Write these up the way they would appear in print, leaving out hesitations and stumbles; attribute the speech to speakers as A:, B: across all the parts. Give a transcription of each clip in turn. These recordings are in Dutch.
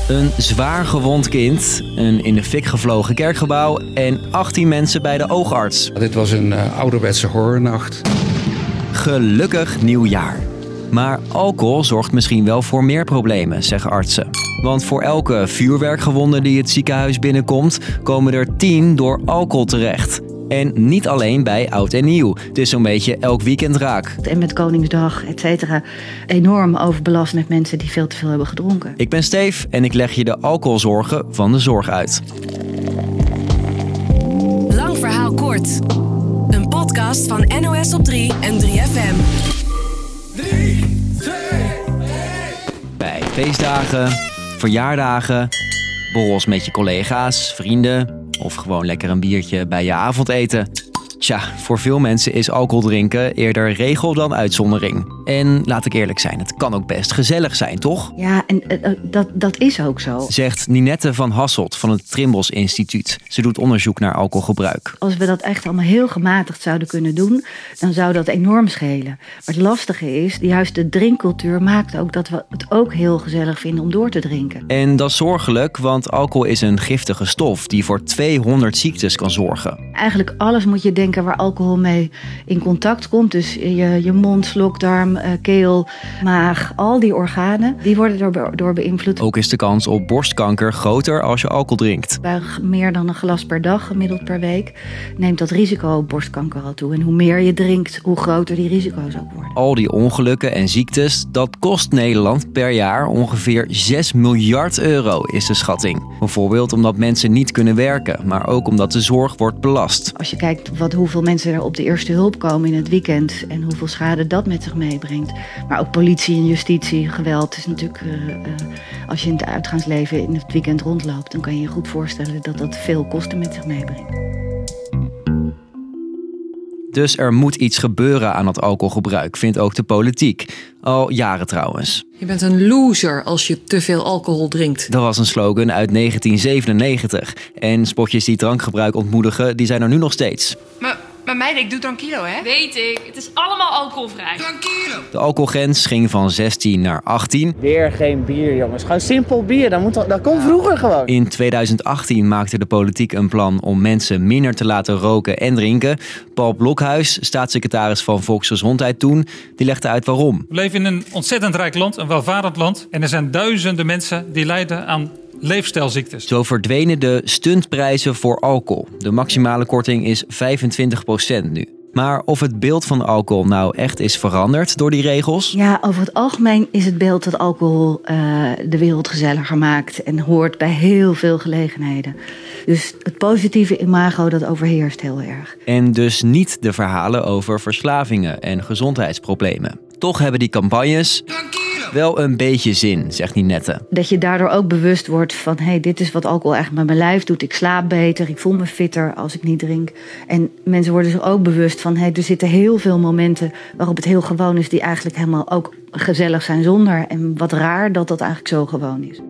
A: Een zwaar gewond kind, een in de fik gevlogen kerkgebouw en 18 mensen bij de oogarts.
B: Dit was een ouderwetse horrornacht.
A: Gelukkig nieuwjaar. Maar alcohol zorgt misschien wel voor meer problemen, zeggen artsen. Want voor elke vuurwerkgewonde die het ziekenhuis binnenkomt, komen er 10 door alcohol terecht. En niet alleen bij oud en nieuw. Het is zo'n beetje elk weekend raak.
C: En met Koningsdag, et cetera, enorm overbelast met mensen die veel te veel hebben gedronken.
A: Ik ben Steef en ik leg je de alcoholzorgen van de zorg uit.
D: Lang verhaal kort. Een podcast van NOS op 3 en 3FM.
E: 3, 2, 1.
A: Bij feestdagen, verjaardagen, borrels met je collega's, vrienden of gewoon lekker een biertje bij je avondeten. Tja, voor veel mensen is alcohol drinken eerder regel dan uitzondering. En laat ik eerlijk zijn, het kan ook best gezellig zijn, toch?
C: Ja, en dat is ook zo.
A: Zegt Ninette van Hasselt van het Trimbos Instituut. Ze doet onderzoek naar alcoholgebruik.
C: Als we dat echt allemaal heel gematigd zouden kunnen doen, dan zou dat enorm schelen. Maar het lastige is, juist de drinkcultuur maakt ook dat we het ook heel gezellig vinden om door te drinken.
A: En dat is zorgelijk, want alcohol is een giftige stof die voor 200 ziektes kan zorgen.
C: Eigenlijk alles moet je denken waar alcohol mee in contact komt. Dus je mond, slokdarm, keel, maag, al die organen, die worden door beïnvloed.
A: Ook is de kans op borstkanker groter als je alcohol drinkt.
C: Bij meer dan een glas per dag, gemiddeld per week, neemt dat risico op borstkanker al toe. En hoe meer je drinkt, hoe groter die risico's ook worden.
A: Al die ongelukken en ziektes, dat kost Nederland per jaar ongeveer 6 miljard euro, is de schatting. Bijvoorbeeld omdat mensen niet kunnen werken, maar ook omdat de zorg wordt belast.
C: Als je kijkt hoeveel mensen er op de eerste hulp komen in het weekend en hoeveel schade dat met zich meebrengt. Maar ook politie en justitie, geweld is natuurlijk, als je in het uitgaansleven in het weekend rondloopt, dan kan je je goed voorstellen dat dat veel kosten met zich meebrengt.
A: Dus er moet iets gebeuren aan het alcoholgebruik, vindt ook de politiek. Al jaren trouwens.
F: Je bent een loser als je te veel alcohol drinkt.
A: Dat was een slogan uit 1997. En spotjes die drankgebruik ontmoedigen, die zijn er nu nog steeds.
G: Maar meiden, ik doe tranquilo, hè?
H: Weet ik, het is allemaal alcoholvrij.
E: Tranquilo.
A: De alcoholgrens ging van 16 naar 18.
I: Weer geen bier, jongens. Gewoon simpel bier. Dat komt vroeger gewoon.
A: In 2018 maakte de politiek een plan om mensen minder te laten roken en drinken. Paul Blokhuis, staatssecretaris van Volksgezondheid toen, die legde uit waarom.
J: We leven in een ontzettend rijk land, een welvarend land. En er zijn duizenden mensen die lijden aan leefstijlziektes.
A: Zo verdwenen de stuntprijzen voor alcohol. De maximale korting is 25% nu. Maar of het beeld van alcohol nou echt is veranderd door die regels?
C: Ja, over het algemeen is het beeld dat alcohol de wereld gezelliger maakt en hoort bij heel veel gelegenheden. Dus het positieve imago, dat overheerst heel erg.
A: En dus niet de verhalen over verslavingen en gezondheidsproblemen. Toch hebben die campagnes wel een beetje zin, zegt Ninette.
C: Dat je daardoor ook bewust wordt van, dit is wat alcohol eigenlijk met mijn lijf doet. Ik slaap beter, ik voel me fitter als ik niet drink. En mensen worden zich ook bewust van, er zitten heel veel momenten waarop het heel gewoon is, die eigenlijk helemaal ook gezellig zijn zonder. En wat raar dat dat eigenlijk zo gewoon is.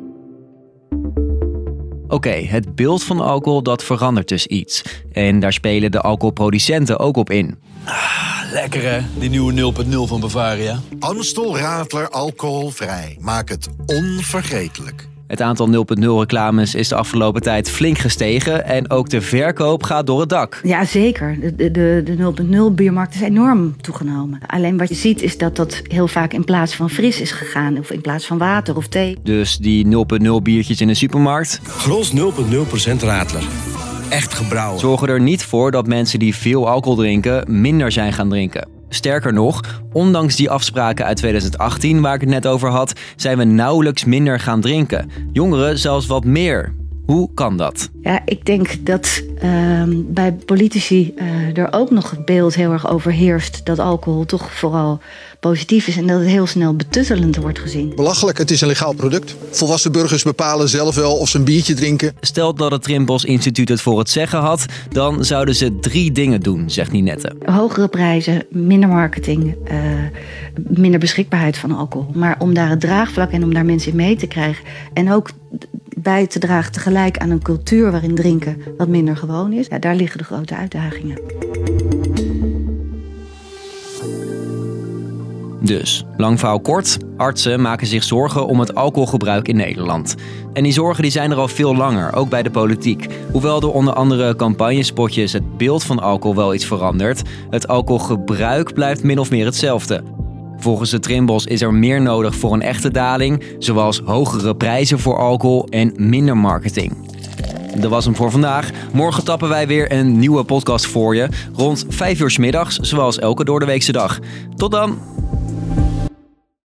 A: Oké, het beeld van alcohol, dat verandert dus iets. En daar spelen de alcoholproducenten ook op in.
K: Lekker hè, die nieuwe 0.0 van Bavaria.
L: Amstel Radler alcoholvrij. Maak het onvergetelijk.
A: Het aantal 0.0 reclames is de afgelopen tijd flink gestegen. En ook de verkoop gaat door het dak.
C: Ja, zeker. De 0.0 biermarkt is enorm toegenomen. Alleen wat je ziet is dat dat heel vaak in plaats van fris is gegaan. Of in plaats van water of thee.
A: Dus die 0.0 biertjes in de supermarkt.
K: Gros 0.0% Radler. Echt gebrouwen.
A: Zorgen er niet voor dat mensen die veel alcohol drinken minder zijn gaan drinken. Sterker nog, ondanks die afspraken uit 2018 waar ik het net over had, zijn we nauwelijks minder gaan drinken. Jongeren zelfs wat meer. Hoe kan dat?
C: Ja, ik denk dat bij politici er ook nog het beeld heel erg overheerst dat alcohol toch vooral positief is en dat het heel snel betuttelend wordt gezien.
M: Belachelijk, het is een legaal product. Volwassen burgers bepalen zelf wel of ze een biertje drinken.
A: Stel dat het Trimbos Instituut het voor het zeggen had, dan zouden ze 3 dingen doen, zegt Ninette.
C: Hogere prijzen, minder marketing, minder beschikbaarheid van alcohol. Maar om daar het draagvlak en om daar mensen in mee te krijgen en ook bij te dragen tegelijk aan een cultuur waarin drinken wat minder gewoon is, daar liggen de grote uitdagingen.
A: Dus, lang verhaal kort, artsen maken zich zorgen om het alcoholgebruik in Nederland. En die zorgen die zijn er al veel langer, ook bij de politiek. Hoewel door onder andere campagnespotjes het beeld van alcohol wel iets verandert, het alcoholgebruik blijft min of meer hetzelfde. Volgens de Trimbos is er meer nodig voor een echte daling, zoals hogere prijzen voor alcohol en minder marketing. Dat was hem voor vandaag. Morgen tappen wij weer een nieuwe podcast voor je, rond 5 uur 's middags, zoals elke doordeweekse dag. Tot dan!